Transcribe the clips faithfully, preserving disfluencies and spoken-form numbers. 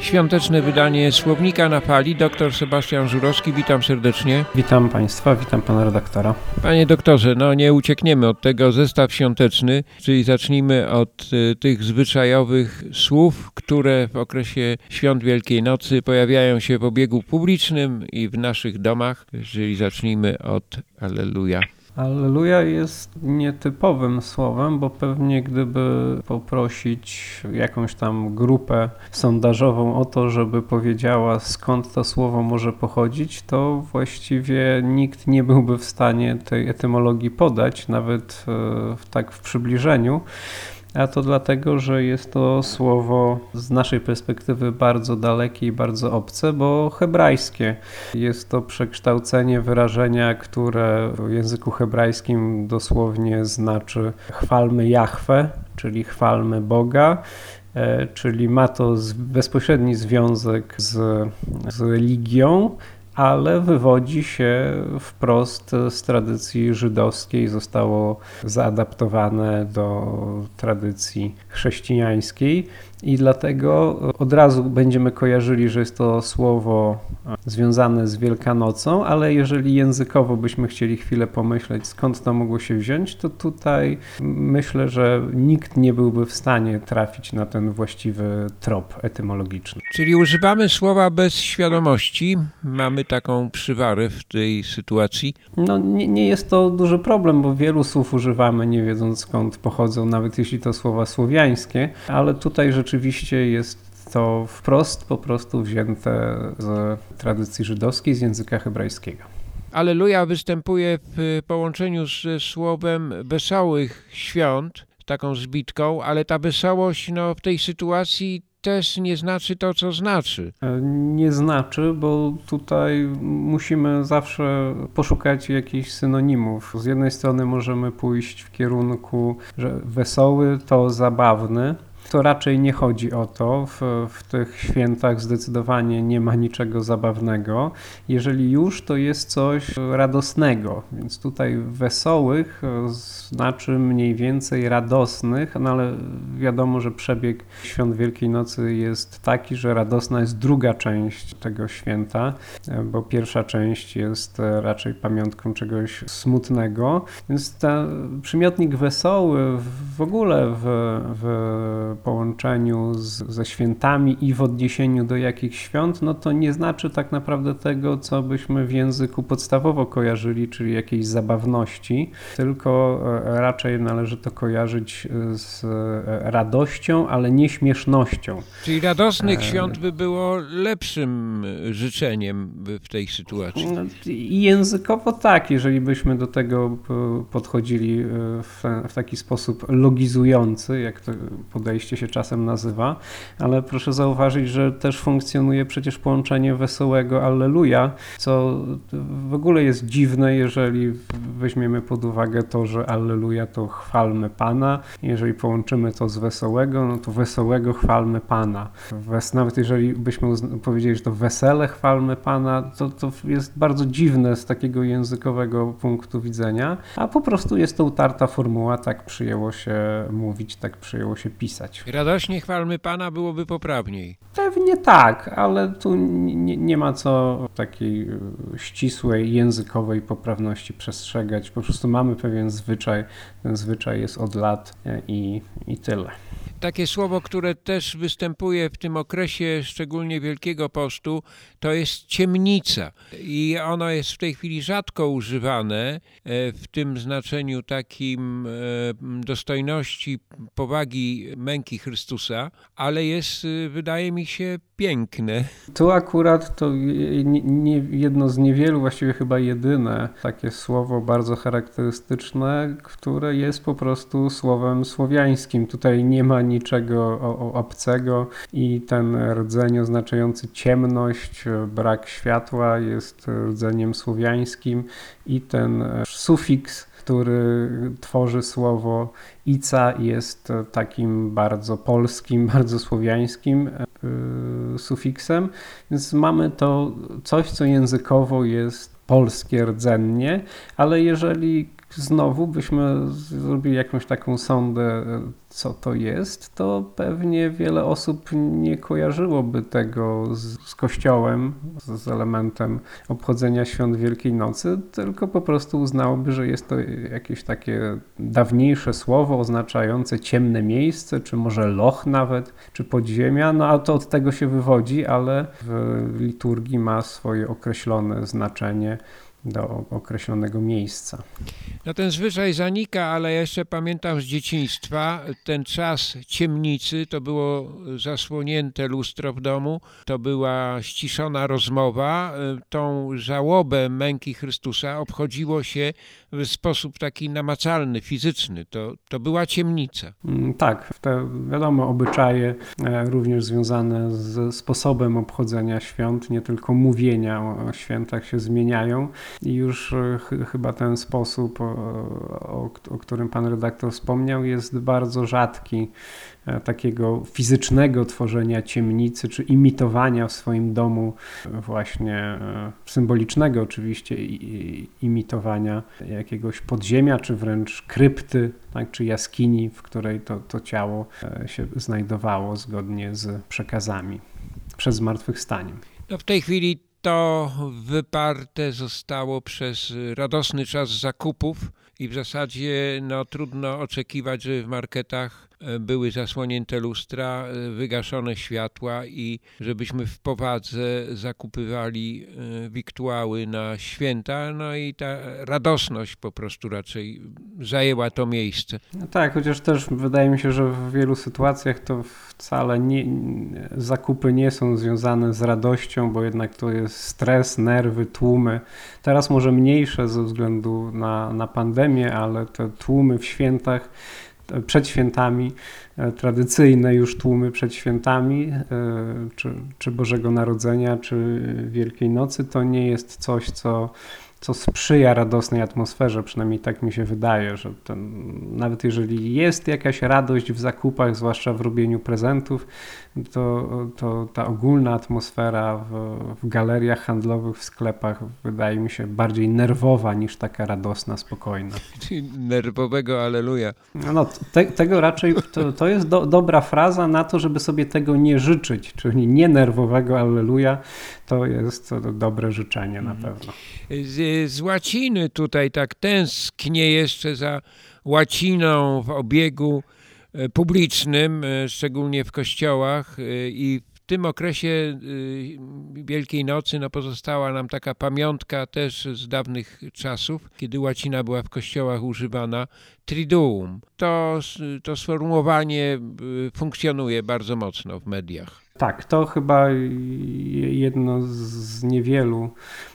Świąteczne wydanie Słownika na Fali. Doktor Sebastian Żurowski, witam serdecznie. Witam Państwa, witam Pana redaktora. Panie doktorze, no nie uciekniemy od tego, zestaw świąteczny, czyli zacznijmy od y, tych zwyczajowych słów, które w okresie Świąt Wielkiej Nocy pojawiają się w obiegu publicznym i w naszych domach, czyli zacznijmy od Alleluja. Alleluja jest nietypowym słowem, bo pewnie gdyby poprosić jakąś tam grupę sondażową o to, żeby powiedziała, skąd to słowo może pochodzić, to właściwie nikt nie byłby w stanie tej etymologii podać, nawet w, tak w przybliżeniu. A to dlatego, że jest to słowo z naszej perspektywy bardzo dalekie i bardzo obce, bo hebrajskie. Jest to przekształcenie wyrażenia, które w języku hebrajskim dosłownie znaczy chwalmy Jahwe, czyli chwalmy Boga, czyli ma to bezpośredni związek z, z religią, ale wywodzi się wprost z tradycji żydowskiej, zostało zaadaptowane do tradycji chrześcijańskiej i dlatego od razu będziemy kojarzyli, że jest to słowo związane z Wielkanocą, ale jeżeli językowo byśmy chcieli chwilę pomyśleć, skąd to mogło się wziąć, to tutaj myślę, że nikt nie byłby w stanie trafić na ten właściwy trop etymologiczny. Czyli używamy słowa bez świadomości, mamy taką przywarę w tej sytuacji? No nie, nie jest to duży problem, bo wielu słów używamy nie wiedząc skąd pochodzą, nawet jeśli to słowa słowiańskie, ale tutaj rzeczywiście jest to wprost po prostu wzięte z tradycji żydowskiej, z języka hebrajskiego. Alleluja występuje w połączeniu ze słowem wesołych świąt, taką zbitką, ale ta wesołość no, w tej sytuacji też nie znaczy to, co znaczy. Nie znaczy, bo tutaj musimy zawsze poszukać jakichś synonimów. Z jednej strony możemy pójść w kierunku, że wesoły to zabawny. To raczej nie chodzi o to. W, w tych świętach zdecydowanie nie ma niczego zabawnego. Jeżeli już, to jest coś radosnego. Więc tutaj wesołych znaczy mniej więcej radosnych, no ale wiadomo, że przebieg Świąt Wielkiej Nocy jest taki, że radosna jest druga część tego święta, bo pierwsza część jest raczej pamiątką czegoś smutnego. Więc ten przymiotnik wesoły w ogóle w, w połączeniu z, ze świętami i w odniesieniu do jakich świąt, no to nie znaczy tak naprawdę tego, co byśmy w języku podstawowo kojarzyli, czyli jakiejś zabawności, tylko raczej należy to kojarzyć z radością, ale nie śmiesznością. Czyli radosnych świąt by było lepszym życzeniem w tej sytuacji. I językowo tak, jeżeli byśmy do tego podchodzili w, w taki sposób logizujący, jak to podejście się czasem nazywa, ale proszę zauważyć, że też funkcjonuje przecież połączenie wesołego Alleluja, co w ogóle jest dziwne, jeżeli weźmiemy pod uwagę to, że Alleluja to chwalmy Pana, jeżeli połączymy to z wesołego, no to wesołego chwalmy Pana. Wes, nawet jeżeli byśmy powiedzieli, że to wesele chwalmy Pana, to, to jest bardzo dziwne z takiego językowego punktu widzenia, a po prostu jest to utarta formuła, tak przyjęło się mówić, tak przyjęło się pisać. Radośnie chwalmy Pana byłoby poprawniej. Pewnie tak, ale tu nie, nie ma co takiej ścisłej językowej poprawności przestrzegać. Po prostu mamy pewien zwyczaj, ten zwyczaj jest od lat i, i tyle. Takie słowo, które też występuje w tym okresie, szczególnie Wielkiego Postu, to jest ciemnica. I ono jest w tej chwili rzadko używane w tym znaczeniu takim dostojności, powagi męki Chrystusa, ale jest, wydaje mi się, piękne. Tu akurat to nie, nie, jedno z niewielu, właściwie chyba jedyne takie słowo bardzo charakterystyczne, które jest po prostu słowem słowiańskim. Tutaj nie ma niczego obcego i ten rdzeń oznaczający ciemność, brak światła jest rdzeniem słowiańskim i ten sufiks, który tworzy słowo ica, jest takim bardzo polskim, bardzo słowiańskim sufiksem, więc mamy to coś, co językowo jest polskie rdzennie, ale jeżeli znowu byśmy zrobili jakąś taką sondę, co to jest, to pewnie wiele osób nie kojarzyłoby tego z, z Kościołem, z, z elementem obchodzenia świąt Wielkiej Nocy, tylko po prostu uznałoby, że jest to jakieś takie dawniejsze słowo oznaczające ciemne miejsce, czy może loch nawet, czy podziemia, no a to od tego się wywodzi, ale w liturgii ma swoje określone znaczenie do określonego miejsca. No ten zwyczaj zanika, ale ja jeszcze pamiętam z dzieciństwa ten czas ciemnicy, to było zasłonięte lustro w domu, to była ściszona rozmowa, tą żałobę męki Chrystusa obchodziło się w sposób taki namacalny, fizyczny, to, to była ciemnica. Tak, te wiadomo obyczaje również związane z sposobem obchodzenia świąt, nie tylko mówienia o świętach się zmieniają i już ch- chyba ten sposób, o, o, o którym pan redaktor wspomniał, jest bardzo rzadki. Takiego fizycznego tworzenia ciemnicy, czy imitowania w swoim domu właśnie symbolicznego oczywiście imitowania jakiegoś podziemia, czy wręcz krypty, tak, czy jaskini, w której to, to ciało się znajdowało zgodnie z przekazami przed zmartwychwstaniem. No w tej chwili to wyparte zostało przez radosny czas zakupów i w zasadzie no, trudno oczekiwać, żeby w marketach były zasłonięte lustra, wygaszone światła i żebyśmy w powadze zakupywali wiktuały na święta, no i ta radosność po prostu raczej zajęła to miejsce. No tak, chociaż też wydaje mi się, że w wielu sytuacjach to wcale nie, zakupy nie są związane z radością, bo jednak to jest stres, nerwy, tłumy. Teraz może mniejsze ze względu na, na pandemię, ale te tłumy w świętach, przed świętami, tradycyjne już tłumy przed świętami, czy, czy Bożego Narodzenia, czy Wielkiej Nocy, to nie jest coś, co, co sprzyja radosnej atmosferze, przynajmniej tak mi się wydaje, że ten, nawet jeżeli jest jakaś radość w zakupach, zwłaszcza w robieniu prezentów, to, to ta ogólna atmosfera w, w galeriach handlowych, w sklepach wydaje mi się bardziej nerwowa niż taka radosna, spokojna. Nerwowego alleluja. No, te, tego raczej, to, to jest do, dobra fraza na to, żeby sobie tego nie życzyć, czyli nie nerwowego alleluja, to jest to dobre życzenie na pewno. Z, z łaciny tutaj tak tęsknię jeszcze za łaciną w obiegu publicznym, szczególnie w kościołach, i w tym okresie Wielkiej Nocy no, pozostała nam taka pamiątka też z dawnych czasów, kiedy łacina była w kościołach używana, Triduum. To, to sformułowanie funkcjonuje bardzo mocno w mediach. Tak, to chyba jedno z niewielu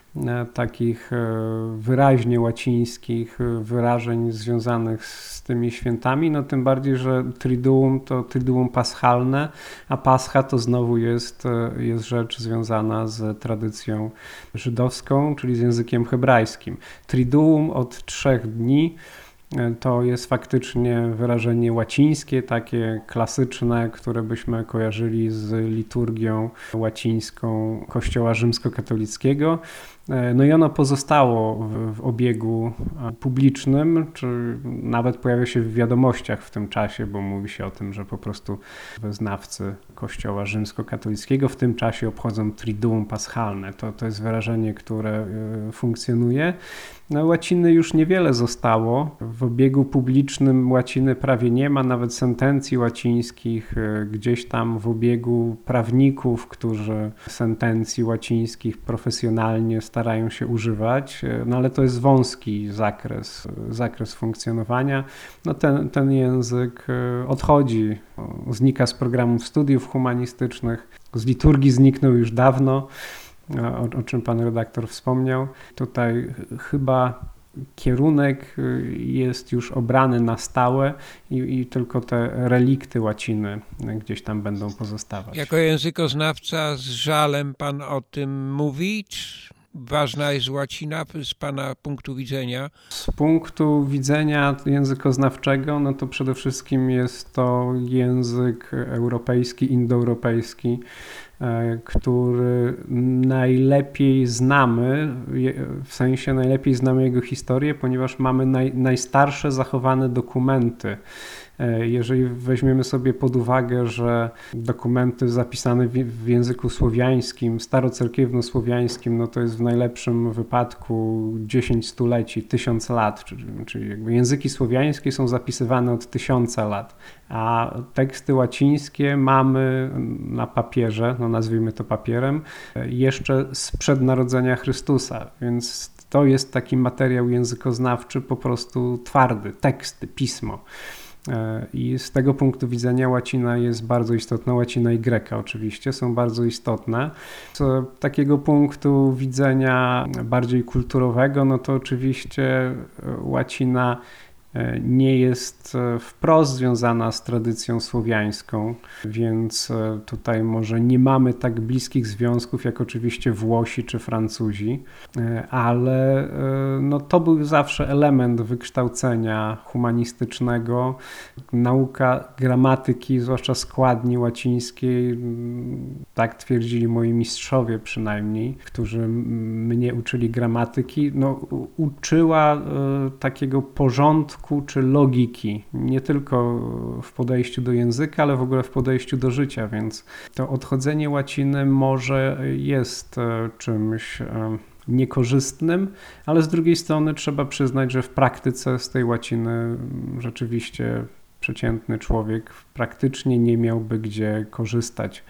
takich wyraźnie łacińskich wyrażeń związanych z tymi świętami, no tym bardziej, że Triduum to Triduum paschalne, a Pascha to znowu jest, jest rzecz związana z tradycją żydowską, czyli z językiem hebrajskim. Triduum od trzech dni to jest faktycznie wyrażenie łacińskie, takie klasyczne, które byśmy kojarzyli z liturgią łacińską Kościoła rzymskokatolickiego. No i ono pozostało w, w obiegu publicznym, czy nawet pojawia się w wiadomościach w tym czasie, bo mówi się o tym, że po prostu wyznawcy Kościoła rzymskokatolickiego w tym czasie obchodzą Triduum paschalne. To, to jest wyrażenie, które funkcjonuje. No, łaciny już niewiele zostało. W obiegu publicznym łaciny prawie nie ma, nawet sentencji łacińskich. Gdzieś tam w obiegu prawników, którzy sentencji łacińskich profesjonalnie starają się używać, no ale to jest wąski zakres, zakres funkcjonowania. No ten, ten język odchodzi, znika z programów studiów humanistycznych, z liturgii zniknął już dawno, o, o czym pan redaktor wspomniał. Tutaj chyba kierunek jest już obrany na stałe i, i tylko te relikty łaciny gdzieś tam będą pozostawać. Jako językoznawca z żalem pan o tym mówi? Czy ważna jest łacina z pana punktu widzenia? Z punktu widzenia językoznawczego, no to przede wszystkim jest to język europejski, indoeuropejski, który najlepiej znamy, w sensie najlepiej znamy jego historię, ponieważ mamy naj, najstarsze zachowane dokumenty. Jeżeli weźmiemy sobie pod uwagę, że dokumenty zapisane w języku słowiańskim, starocerkiewno-słowiańskim, no to jest w najlepszym wypadku dziesięć stuleci, tysiąc lat, czyli, czyli jakby języki słowiańskie są zapisywane od tysiąca lat, a teksty łacińskie mamy na papierze, no nazwijmy to papierem, jeszcze sprzed narodzenia Chrystusa, więc to jest taki materiał językoznawczy po prostu twardy, teksty, pismo. I z tego punktu widzenia łacina jest bardzo istotna, łacina i greka oczywiście są bardzo istotne. Z takiego punktu widzenia bardziej kulturowego, no to oczywiście łacina nie jest wprost związana z tradycją słowiańską, więc tutaj może nie mamy tak bliskich związków jak oczywiście Włosi czy Francuzi, ale no to był zawsze element wykształcenia humanistycznego. Nauka gramatyki, zwłaszcza składni łacińskiej, tak twierdzili moi mistrzowie przynajmniej, którzy mnie uczyli gramatyki, no uczyła takiego porządku czy logiki, nie tylko w podejściu do języka, ale w ogóle w podejściu do życia, więc to odchodzenie łaciny może jest czymś niekorzystnym, ale z drugiej strony trzeba przyznać, że w praktyce z tej łaciny rzeczywiście przeciętny człowiek praktycznie nie miałby gdzie korzystać.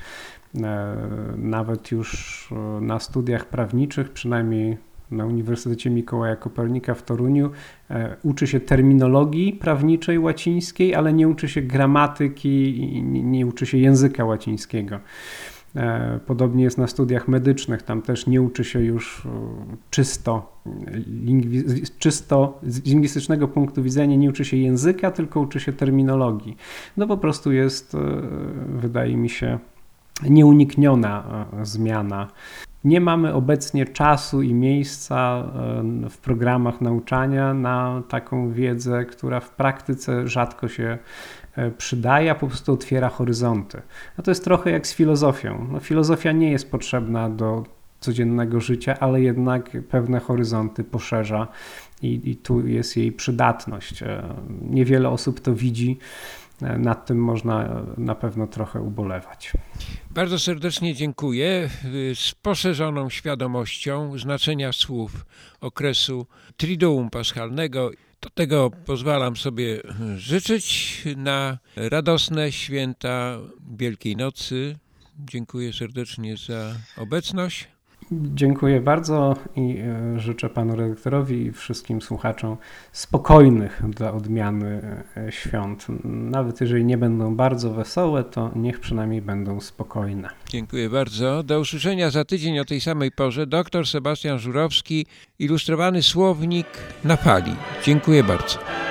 Nawet już na studiach prawniczych, przynajmniej na Uniwersytecie Mikołaja Kopernika w Toruniu, e, uczy się terminologii prawniczej łacińskiej, ale nie uczy się gramatyki i nie, nie uczy się języka łacińskiego. E, podobnie jest na studiach medycznych, tam też nie uczy się już czysto, lingwi- czysto z lingwistycznego punktu widzenia nie uczy się języka, tylko uczy się terminologii. No po prostu jest, e, wydaje mi się, nieunikniona e, zmiana. Nie mamy obecnie czasu i miejsca w programach nauczania na taką wiedzę, która w praktyce rzadko się przydaje, a po prostu otwiera horyzonty. No to jest trochę jak z filozofią. No, filozofia nie jest potrzebna do codziennego życia, ale jednak pewne horyzonty poszerza i, i tu jest jej przydatność. Niewiele osób to widzi. Nad tym można na pewno trochę ubolewać. Bardzo serdecznie dziękuję. Z poszerzoną świadomością znaczenia słów okresu Triduum Paschalnego. Do tego pozwalam sobie życzyć na radosne święta Wielkiej Nocy. Dziękuję serdecznie za obecność. Dziękuję bardzo i życzę panu redaktorowi i wszystkim słuchaczom spokojnych dla odmiany świąt. Nawet jeżeli nie będą bardzo wesołe, to niech przynajmniej będą spokojne. Dziękuję bardzo. Do usłyszenia za tydzień o tej samej porze. Doktor Sebastian Żurowski, Ilustrowany Słownik na Fali. Dziękuję bardzo.